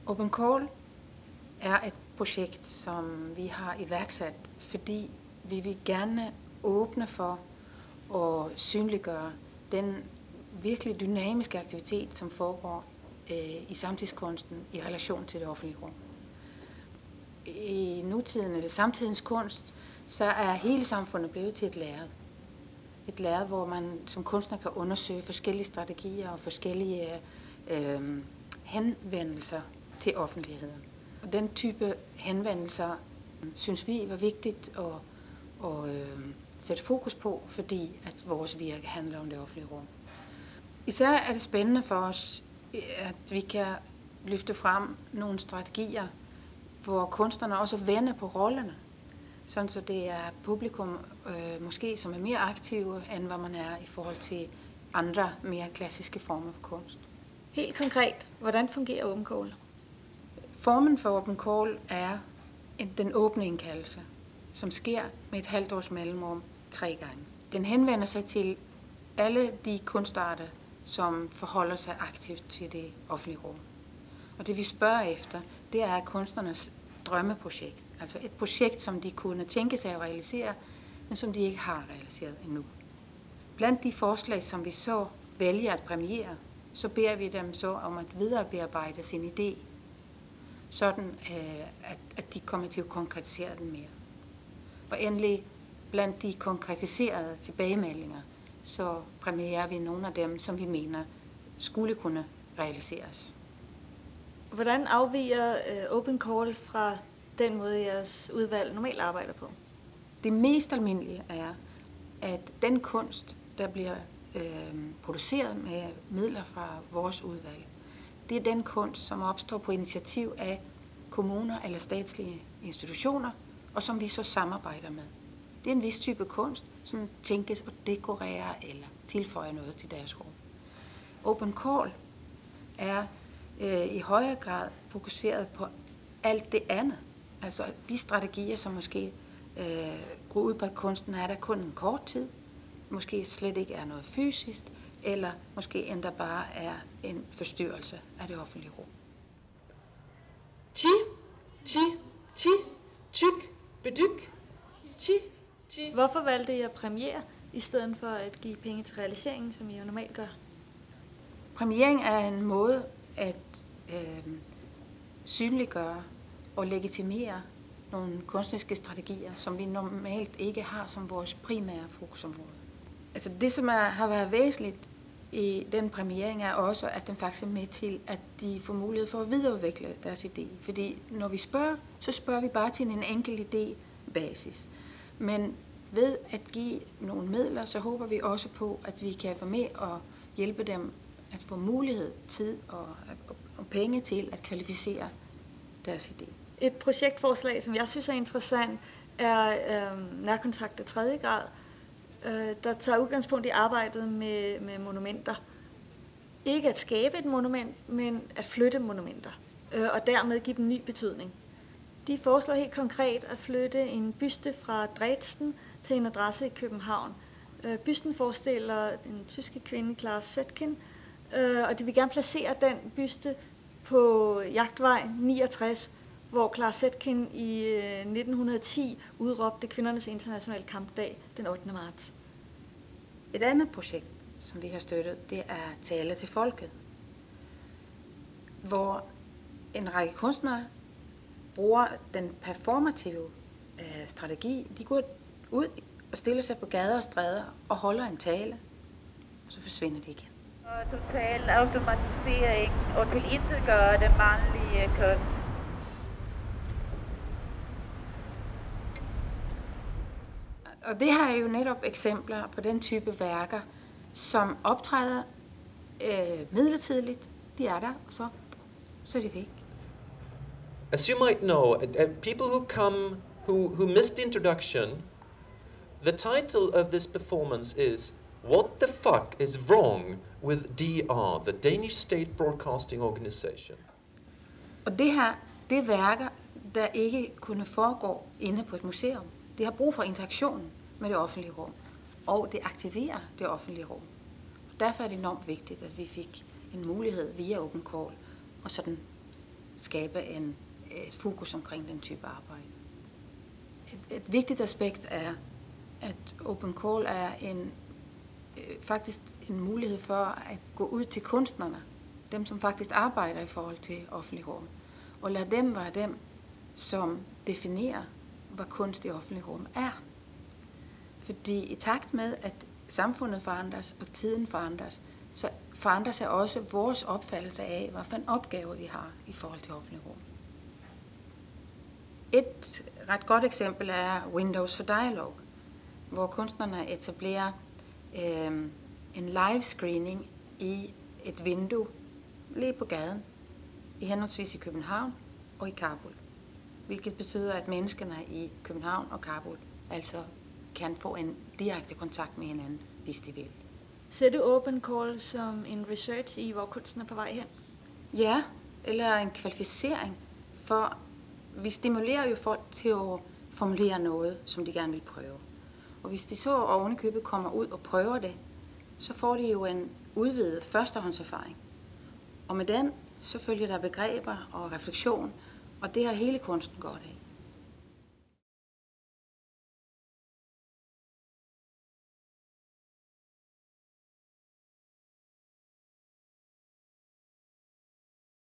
Open Call er et projekt, som vi har iværksat, fordi vi vil gerne åbne for at synliggøre den virkelig dynamiske aktivitet, som foregår i samtidskunsten i relation til det offentlige rum. I nutiden eller samtidens kunst, så er hele samfundet blevet til et lærred. Et lærred, hvor man som kunstner kan undersøge forskellige strategier og forskellige henvendelser til offentligheden. Og den type henvendelser synes vi var vigtigt at sætte fokus på, fordi at vores virke handler om det offentlige rum. Især er det spændende for os, at vi kan løfte frem nogle strategier, hvor kunstnerne også vender på rollerne, sådan så det er publikum måske, som er mere aktive, end hvad man er i forhold til andre mere klassiske former for kunst. Helt konkret, hvordan fungerer Open Call? Formen for Open Call er den åbne indkaldelse, som sker med et halvt års mellemrum 3 gange. Den henvender sig til alle de kunstarter, som forholder sig aktivt til det offentlige rum. Og det vi spørger efter, det er kunstnernes drømmeprojekt. Altså et projekt, som de kunne tænke sig at realisere, men som de ikke har realiseret endnu. Blandt de forslag, som vi så vælger at premiere, så beder vi dem så om at viderebearbejde sin idé, sådan at de kommer til at konkretisere den mere. Og endelig, blandt de konkretiserede tilbagemeldinger, så premierer vi nogle af dem, som vi mener skulle kunne realiseres. Hvordan afviger Open Call fra den måde, jeres udvalg normalt arbejder på? Det mest almindelige er, at den kunst, der bliver produceret med midler fra vores udvalg, det er den kunst, som opstår på initiativ af kommuner eller statslige institutioner, og som vi så samarbejder med. Det er en vis type kunst, som tænkes at dekorere eller tilføje noget til deres rum. Open Call er i højere grad fokuseret på alt det andet. Altså de strategier, som måske går ud på, at kunsten er der kun en kort tid, måske slet ikke er noget fysisk, eller måske endda bare er en forstyrrelse af det offentlige rum. Ti, tyk, bedyk, ti. Hvorfor valgte I at premiere, i stedet for at give penge til realiseringen, som I jo normalt gør? Premiering er en måde at synliggøre og legitimere nogle kunstneriske strategier, som vi normalt ikke har som vores primære fokusområde. Altså det, som har været væsentligt i den premiering, er også, at den faktisk er med til, at de får mulighed for at videreudvikle deres idé. Fordi når vi spørger, så spørger vi bare til en enkelt idé-basis. Men ved at give nogle midler, så håber vi også på, at vi kan være med og hjælpe dem at få mulighed, tid og penge til at kvalificere deres idé. Et projektforslag, som jeg synes er interessant, er nærkontakt af 3. grad, der tager udgangspunkt i arbejdet med monumenter. Ikke at skabe et monument, men at flytte monumenter, og dermed give dem ny betydning. De foreslår helt konkret at flytte en byste fra Dresden til en adresse i København. Bysten forestiller den tyske kvinde Clara Zetkin, og de vil gerne placere den byste på Jagtvej 69, hvor Clara Zetkin i 1910 udråbte kvindernes internationale kampdag den 8. marts. Et andet projekt, som vi har støttet, det er Tale til folket, hvor en række kunstnere bruger den performative strategi. De går ud og stiller sig på gader og stræder og holder en tale, og så forsvinder de igen. Total automatisering og tilintetgøre den mandlige kunst. Og det her er jo netop eksempler på den type værker, som optræder midlertidigt. De er der, og så er de væk. As you might know, people who come, who missed the introduction, the title of this performance is What the fuck is wrong with DR, the Danish State Broadcasting Organization? Og det her, det er værker, der ikke kunne foregå inde på et museum. Det har brug for interaktion med det offentlige rum, og det aktiverer det offentlige rum. Derfor er det enormt vigtigt, at vi fik en mulighed via Open Call, og sådan skabe et fokus omkring den type arbejde. Et vigtigt aspekt er, at Open Call er faktisk en mulighed for at gå ud til kunstnerne, dem som faktisk arbejder i forhold til offentlig rum, og lade dem være dem, som definerer, hvad kunst i offentlig rum er. Fordi i takt med, at samfundet forandres og tiden forandres, så forandrer sig også vores opfattelse af, hvad for en opgave vi har i forhold til offentlig rum. Et ret godt eksempel er Windows for Dialog, hvor kunstnerne etablerer en live screening i et vindue lige på gaden, i henholdsvis i København og i Kabul. Hvilket betyder, at menneskerne i København og Kabul altså kan få en direkte kontakt med hinanden, hvis de vil. Ser du Open Call som en research i, hvor kunsten er på vej hen? Ja, eller en kvalificering, for vi stimulerer jo folk til at formulere noget, som de gerne vil prøve. Og hvis de så ovenikøbet kommer ud og prøver det, så får de jo en udvidet førstehåndserfaring. Og med den, så følger der begreber og refleksion, og det har hele kunsten godt af.